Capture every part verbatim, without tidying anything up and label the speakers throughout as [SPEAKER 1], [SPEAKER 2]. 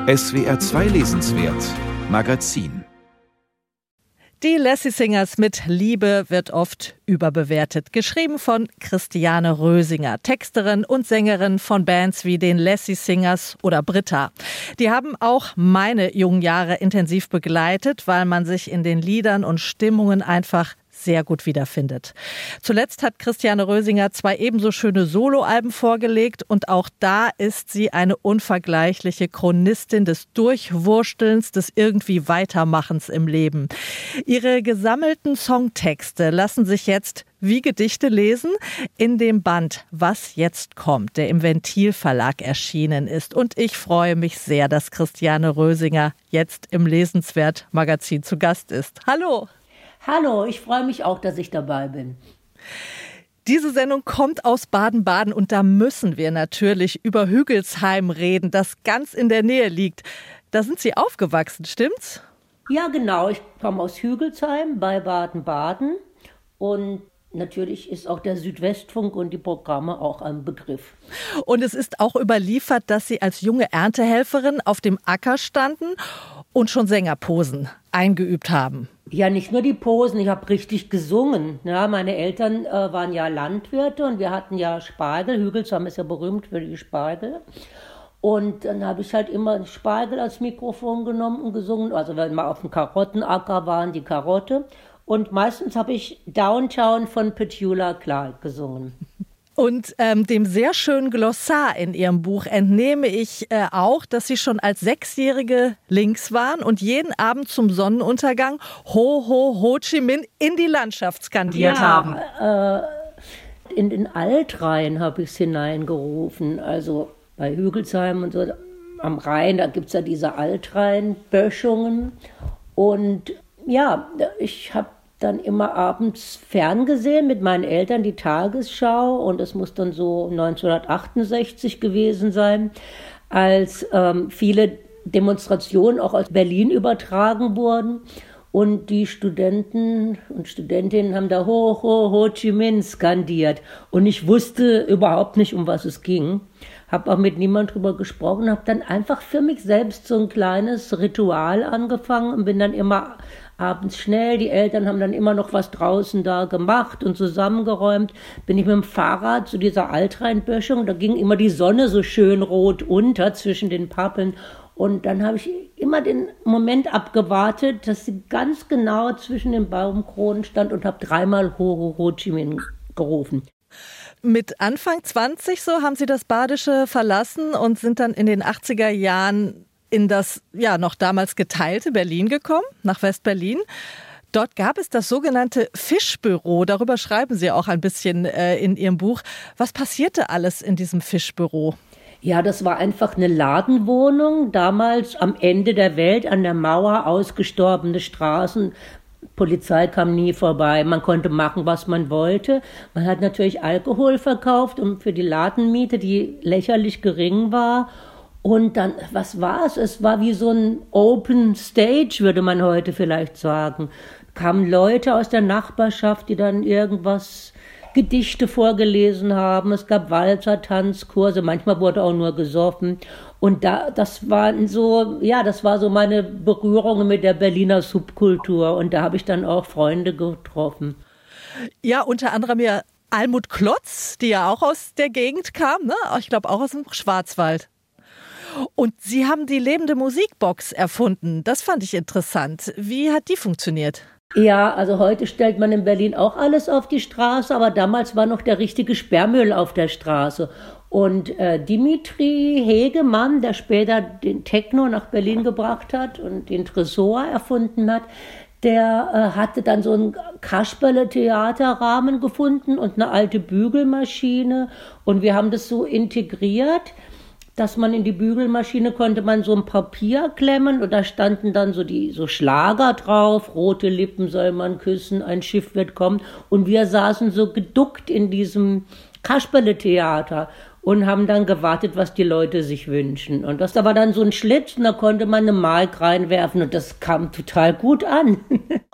[SPEAKER 1] S W R zwei Lesenswert Magazin.
[SPEAKER 2] Die Lassie Singers mit Liebe wird oft überbewertet. Geschrieben von Christiane Rösinger, Texterin und Sängerin von Bands wie den Lassie Singers oder Britta. Die haben auch meine jungen Jahre intensiv begleitet, weil man sich in den Liedern und Stimmungen einfach sehr gut wiederfindet. Zuletzt hat Christiane Rösinger zwei ebenso schöne Soloalben vorgelegt und auch da ist sie eine unvergleichliche Chronistin des Durchwurstelns, des irgendwie Weitermachens im Leben. Ihre gesammelten Songtexte lassen sich jetzt wie Gedichte lesen in dem Band Was jetzt kommt, der im Ventil Verlag erschienen ist. Und ich freue mich sehr, dass Christiane Rösinger jetzt im Lesenswert Magazin zu Gast ist. Hallo!
[SPEAKER 3] Hallo, ich freue mich auch, dass ich dabei bin.
[SPEAKER 2] Diese Sendung kommt aus Baden-Baden und da müssen wir natürlich über Hügelsheim reden, das ganz in der Nähe liegt. Da sind Sie aufgewachsen, stimmt's?
[SPEAKER 3] Ja, genau. Ich komme aus Hügelsheim bei Baden-Baden und natürlich ist auch der Südwestfunk und die Programme auch ein Begriff.
[SPEAKER 2] Und es ist auch überliefert, dass Sie als junge Erntehelferin auf dem Acker standen und schon Sängerposen eingeübt haben.
[SPEAKER 3] Ja, nicht nur die Posen, ich habe richtig gesungen. Ja, meine Eltern äh, waren ja Landwirte und wir hatten ja Spargel. Hügelsheim ist ja berühmt für die Spargel. Und dann habe ich halt immer Spargel als Mikrofon genommen und gesungen. Also wenn wir auf dem Karottenacker waren, die Karotte. Und meistens habe ich Downtown von Petula Clark gesungen.
[SPEAKER 2] Und ähm, dem sehr schönen Glossar in Ihrem Buch entnehme ich äh, auch, dass Sie schon als Sechsjährige links waren und jeden Abend zum Sonnenuntergang Ho, Ho, Ho Chi Minh in die Landschaft skandiert
[SPEAKER 3] ja,
[SPEAKER 2] haben.
[SPEAKER 3] Äh, in den Altrhein habe ich es hineingerufen, also bei Hügelsheim und so. Am Rhein, da gibt es ja diese Altrhein-Böschungen. Und ja, ich habe dann immer abends ferngesehen mit meinen Eltern, die Tagesschau. Und es muss dann so neunzehnhundertachtundsechzig gewesen sein, als ähm, viele Demonstrationen auch aus Berlin übertragen wurden. Und die Studenten und Studentinnen haben da Ho, Ho, Ho Chi Minh skandiert. Und ich wusste überhaupt nicht, um was es ging. Habe auch mit niemand drüber gesprochen, habe dann einfach für mich selbst so ein kleines Ritual angefangen und bin dann immer abends schnell, die Eltern haben dann immer noch was draußen da gemacht und zusammengeräumt, bin ich mit dem Fahrrad zu dieser Altrheinböschung, da ging immer die Sonne so schön rot unter zwischen den Pappeln und dann habe ich immer den Moment abgewartet, dass sie ganz genau zwischen den Baumkronen stand und habe dreimal Ho, Ho, Ho Chi Minh gerufen.
[SPEAKER 2] Mit Anfang zwanzig so haben Sie das Badische verlassen und sind dann in den achtziger Jahren in das ja noch damals geteilte Berlin gekommen, nach West-Berlin. Dort gab es das sogenannte Fischbüro. Darüber schreiben Sie auch ein bisschen äh, in Ihrem Buch. Was passierte alles in diesem Fischbüro?
[SPEAKER 3] Ja, das war einfach eine Ladenwohnung, damals am Ende der Welt, an der Mauer, ausgestorbene Straßen. Polizei kam nie vorbei, man konnte machen, was man wollte. Man hat natürlich Alkohol verkauft und für die Ladenmiete, die lächerlich gering war. Und dann, was war es? Es war wie so ein Open Stage, würde man heute vielleicht sagen. Kamen Leute aus der Nachbarschaft, die dann irgendwas, Gedichte vorgelesen haben. Es gab Walzer, Tanzkurse, manchmal wurde auch nur gesoffen. Und da, das war so, ja, das war so meine Berührung mit der Berliner Subkultur. Und da habe ich dann auch Freunde getroffen.
[SPEAKER 2] Ja, unter anderem ja Almut Klotz, die ja auch aus der Gegend kam, ne? Ich glaube auch aus dem Schwarzwald. Und Sie haben die lebende Musikbox erfunden. Das fand ich interessant. Wie hat die funktioniert?
[SPEAKER 3] Ja, also heute stellt man in Berlin auch alles auf die Straße, aber damals war noch der richtige Sperrmüll auf der Straße. Und äh, Dimitri Hegemann, der später den Techno nach Berlin gebracht hat und den Tresor erfunden hat, der äh, hatte dann so einen Kasperle-Theaterrahmen gefunden und eine alte Bügelmaschine. Und wir haben das so integriert, dass man in die Bügelmaschine konnte man so ein Papier klemmen und da standen dann so die so Schlager drauf, rote Lippen soll man küssen, ein Schiff wird kommen und wir saßen so geduckt in diesem Kasperle-Theater und haben dann gewartet, was die Leute sich wünschen. Und das da war dann so ein Schlitz und da konnte man eine Mark reinwerfen und das kam total gut an.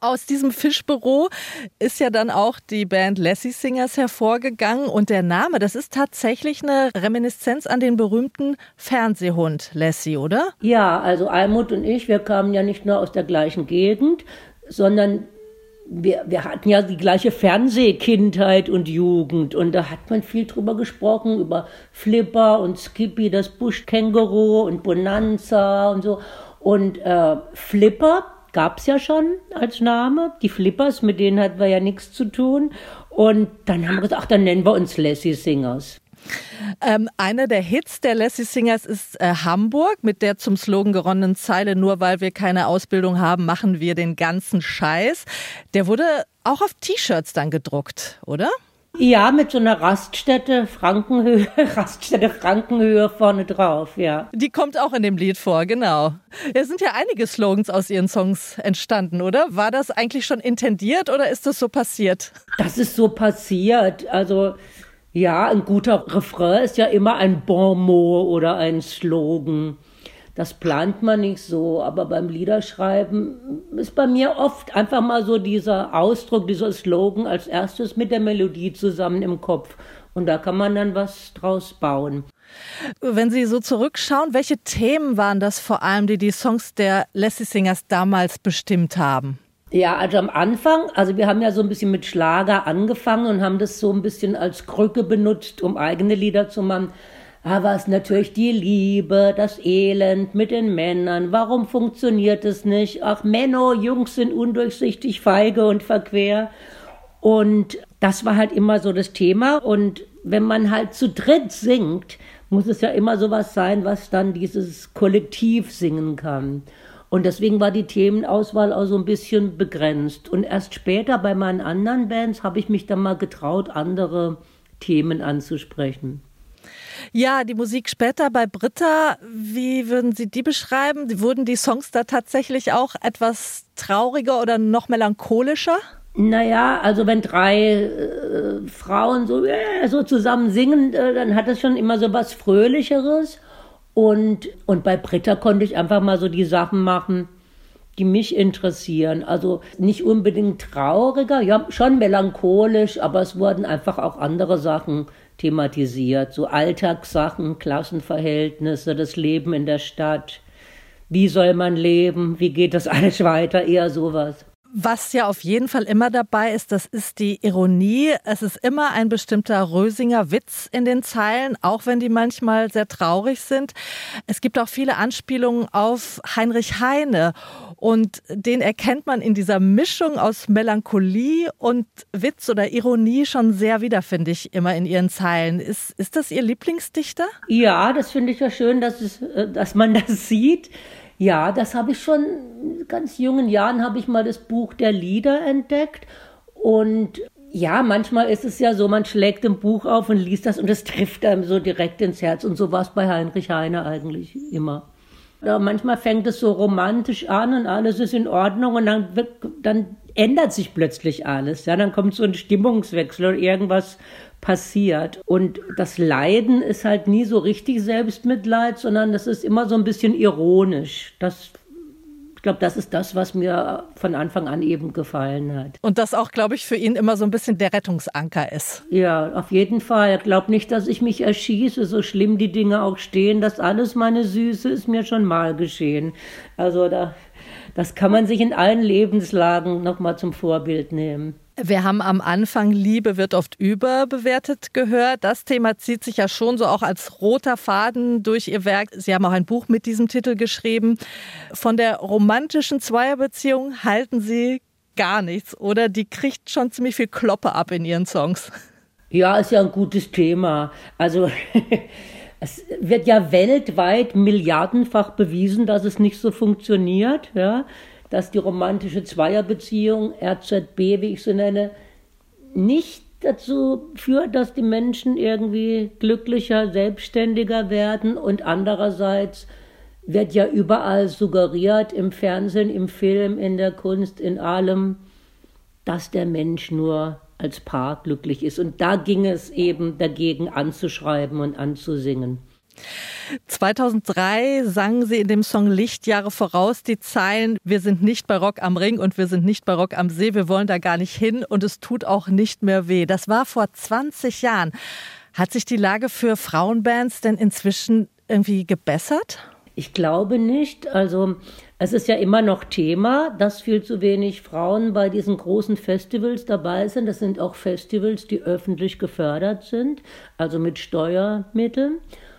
[SPEAKER 2] Aus diesem Fischbüro ist ja dann auch die Band Lassie Singers hervorgegangen und der Name, das ist tatsächlich eine Reminiszenz an den berühmten Fernsehhund Lassie, oder?
[SPEAKER 3] Ja, also Almut und ich, wir kamen ja nicht nur aus der gleichen Gegend, sondern wir, wir hatten ja die gleiche Fernsehkindheit und Jugend und da hat man viel drüber gesprochen, über Flipper und Skippy, das Buschkänguru und Bonanza und so. Und äh, Flipper gab es ja schon als Name. Die Flippers, mit denen hatten wir ja nichts zu tun. Und dann haben wir gesagt, ach, dann nennen wir uns Lassie Singers.
[SPEAKER 2] Ähm, einer der Hits der Lassie Singers ist äh, Hamburg mit der zum Slogan geronnenen Zeile, nur weil wir keine Ausbildung haben, machen wir den ganzen Scheiß. Der wurde auch auf T-Shirts dann gedruckt, oder?
[SPEAKER 3] Ja, mit so einer Raststätte Frankenhöhe, Raststätte Frankenhöhe vorne drauf, ja.
[SPEAKER 2] Die kommt auch in dem Lied vor, genau. Es sind ja einige Slogans aus Ihren Songs entstanden, oder? War das eigentlich schon intendiert oder ist das so passiert?
[SPEAKER 3] Das ist so passiert. Also ja, ein guter Refrain ist ja immer ein Bon mot oder ein Slogan. Das plant man nicht so, aber beim Liederschreiben ist bei mir oft einfach mal so dieser Ausdruck, dieser Slogan als erstes mit der Melodie zusammen im Kopf. Und da kann man dann was draus bauen.
[SPEAKER 2] Wenn Sie so zurückschauen, welche Themen waren das vor allem, die die Songs der Lassie Singers damals bestimmt haben?
[SPEAKER 3] Ja, also am Anfang, also wir haben ja so ein bisschen mit Schlager angefangen und haben das so ein bisschen als Krücke benutzt, um eigene Lieder zu machen. Da war es natürlich die Liebe, das Elend mit den Männern. Warum funktioniert es nicht? Ach, Männer, Jungs sind undurchsichtig, feige und verquer. Und das war halt immer so das Thema. Und wenn man halt zu dritt singt, muss es ja immer sowas sein, was dann dieses Kollektiv singen kann. Und deswegen war die Themenauswahl auch so ein bisschen begrenzt. Und erst später bei meinen anderen Bands habe ich mich dann mal getraut, andere Themen anzusprechen.
[SPEAKER 2] Ja, die Musik später bei Britta, wie würden Sie die beschreiben? Wurden die Songs da tatsächlich auch etwas trauriger oder noch melancholischer?
[SPEAKER 3] Naja, also wenn drei äh, Frauen so, äh, so zusammen singen, äh, dann hat es schon immer so was Fröhlicheres. Und, und bei Britta konnte ich einfach mal so die Sachen machen, die mich interessieren. Also nicht unbedingt trauriger, ja, schon melancholisch, aber es wurden einfach auch andere Sachen thematisiert. So Alltagssachen, Klassenverhältnisse, das Leben in der Stadt. Wie soll man leben? Wie geht das alles weiter? Eher sowas.
[SPEAKER 2] Was ja auf jeden Fall immer dabei ist, das ist die Ironie. Es ist immer ein bestimmter Rösinger Witz in den Zeilen, auch wenn die manchmal sehr traurig sind. Es gibt auch viele Anspielungen auf Heinrich Heine und den erkennt man in dieser Mischung aus Melancholie und Witz oder Ironie schon sehr wieder, finde ich, immer in ihren Zeilen. Ist, ist das Ihr Lieblingsdichter?
[SPEAKER 3] Ja, das finde ich ja schön, dass, es, dass man das sieht. Ja, das habe ich schon in ganz jungen Jahren, habe ich mal das Buch der Lieder entdeckt. Und ja, manchmal ist es ja so, man schlägt ein Buch auf und liest das und es trifft einem so direkt ins Herz. Und so war es bei Heinrich Heine eigentlich immer. Ja, manchmal fängt es so romantisch an und alles ist in Ordnung und dann, wird, dann ändert sich plötzlich alles. Ja, dann kommt so ein Stimmungswechsel oder irgendwas passiert. Und das Leiden ist halt nie so richtig Selbstmitleid, sondern das ist immer so ein bisschen ironisch. Das, ich glaube, das ist das, was mir von Anfang an eben gefallen hat.
[SPEAKER 2] Und das auch, glaube ich, für ihn immer so ein bisschen der Rettungsanker ist.
[SPEAKER 3] Ja, auf jeden Fall. Ich glaube nicht, dass ich mich erschieße, so schlimm die Dinge auch stehen. Das alles, meine Süße, ist mir schon mal geschehen. Also da, das kann man sich in allen Lebenslagen nochmal zum Vorbild nehmen.
[SPEAKER 2] Wir haben am Anfang Liebe wird oft überbewertet gehört. Das Thema zieht sich ja schon so auch als roter Faden durch Ihr Werk. Sie haben auch ein Buch mit diesem Titel geschrieben. Von der romantischen Zweierbeziehung halten Sie gar nichts, oder? Die kriegt schon ziemlich viel Kloppe ab in Ihren Songs.
[SPEAKER 3] Ja, ist ja ein gutes Thema. Also es wird ja weltweit milliardenfach bewiesen, dass es nicht so funktioniert, ja. Dass die romantische Zweierbeziehung, R Z B, wie ich sie nenne, nicht dazu führt, dass die Menschen irgendwie glücklicher, selbstständiger werden. Und andererseits wird ja überall suggeriert, im Fernsehen, im Film, in der Kunst, in allem, dass der Mensch nur als Paar glücklich ist. Und da ging es eben dagegen anzuschreiben und anzusingen.
[SPEAKER 2] zweitausenddrei sangen Sie in dem Song Lichtjahre voraus die Zeilen: Wir sind nicht bei Rock am Ring und wir sind nicht bei Rock am See, wir wollen da gar nicht hin und es tut auch nicht mehr weh. Das war vor zwanzig Jahren. Hat sich die Lage für Frauenbands denn inzwischen irgendwie gebessert?
[SPEAKER 3] Ich glaube nicht. Also es ist ja immer noch Thema, dass viel zu wenig Frauen bei diesen großen Festivals dabei sind. Das sind auch Festivals, die öffentlich gefördert sind, also mit Steuermitteln.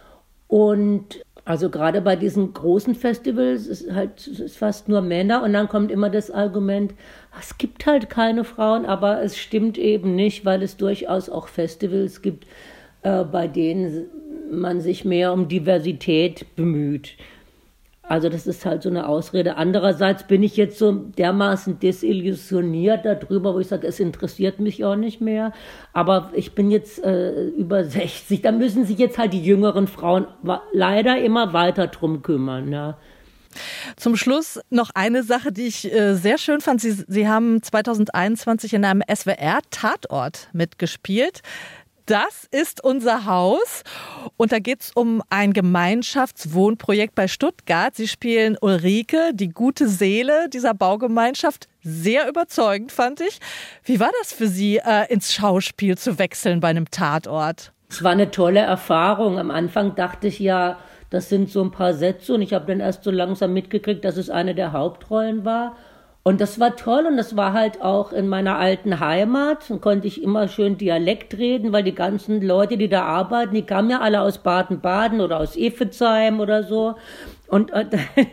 [SPEAKER 3] Und also gerade bei diesen großen Festivals ist halt ist fast nur Männer. Und dann kommt immer das Argument, es gibt halt keine Frauen, aber es stimmt eben nicht, weil es durchaus auch Festivals gibt, äh, bei denen man sich mehr um Diversität bemüht. Also das ist halt so eine Ausrede. Andererseits bin ich jetzt so dermaßen desillusioniert darüber, wo ich sage, es interessiert mich auch nicht mehr. Aber ich bin jetzt äh, über sechzig, da müssen sich jetzt halt die jüngeren Frauen leider immer weiter drum kümmern. Ja.
[SPEAKER 2] Zum Schluss noch eine Sache, die ich äh, sehr schön fand. Sie, Sie haben zweitausendeinundzwanzig in einem S W R-Tatort mitgespielt. Das ist unser Haus und da geht es um ein Gemeinschaftswohnprojekt bei Stuttgart. Sie spielen Ulrike, die gute Seele dieser Baugemeinschaft. Sehr überzeugend, fand ich. Wie war das für Sie, äh, ins Schauspiel zu wechseln bei einem Tatort?
[SPEAKER 3] Es war eine tolle Erfahrung. Am Anfang dachte ich ja, das sind so ein paar Sätze und ich habe dann erst so langsam mitgekriegt, dass es eine der Hauptrollen war. Und das war toll und das war halt auch in meiner alten Heimat. Dann konnte ich immer schön Dialekt reden, weil die ganzen Leute, die da arbeiten, die kamen ja alle aus Baden-Baden oder aus Iffezheim oder so. Und, äh,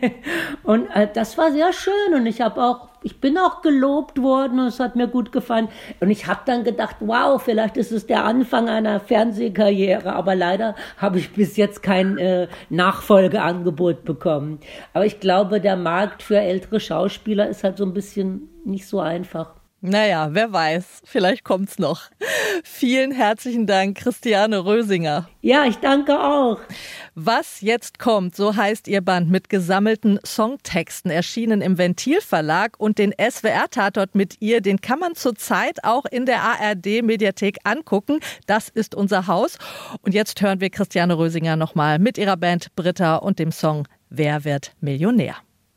[SPEAKER 3] und äh, das war sehr schön und ich habe auch, ich bin auch gelobt worden und es hat mir gut gefallen. Und ich habe dann gedacht, wow, vielleicht ist es der Anfang einer Fernsehkarriere, aber leider habe ich bis jetzt kein äh, Nachfolgeangebot bekommen. Aber ich glaube, der Markt für ältere Schauspieler ist halt so ein bisschen nicht so einfach.
[SPEAKER 2] Naja, wer weiß, vielleicht kommt's noch. Vielen herzlichen Dank, Christiane Rösinger.
[SPEAKER 3] Ja, ich danke auch.
[SPEAKER 2] Was jetzt kommt, so heißt ihr Band mit gesammelten Songtexten, erschienen im Ventil Verlag, und den S W R-Tatort mit ihr, den kann man zurzeit auch in der A R D-Mediathek angucken. Das ist unser Haus. Und jetzt hören wir Christiane Rösinger nochmal mit ihrer Band Britta und dem Song Wer wird Millionär?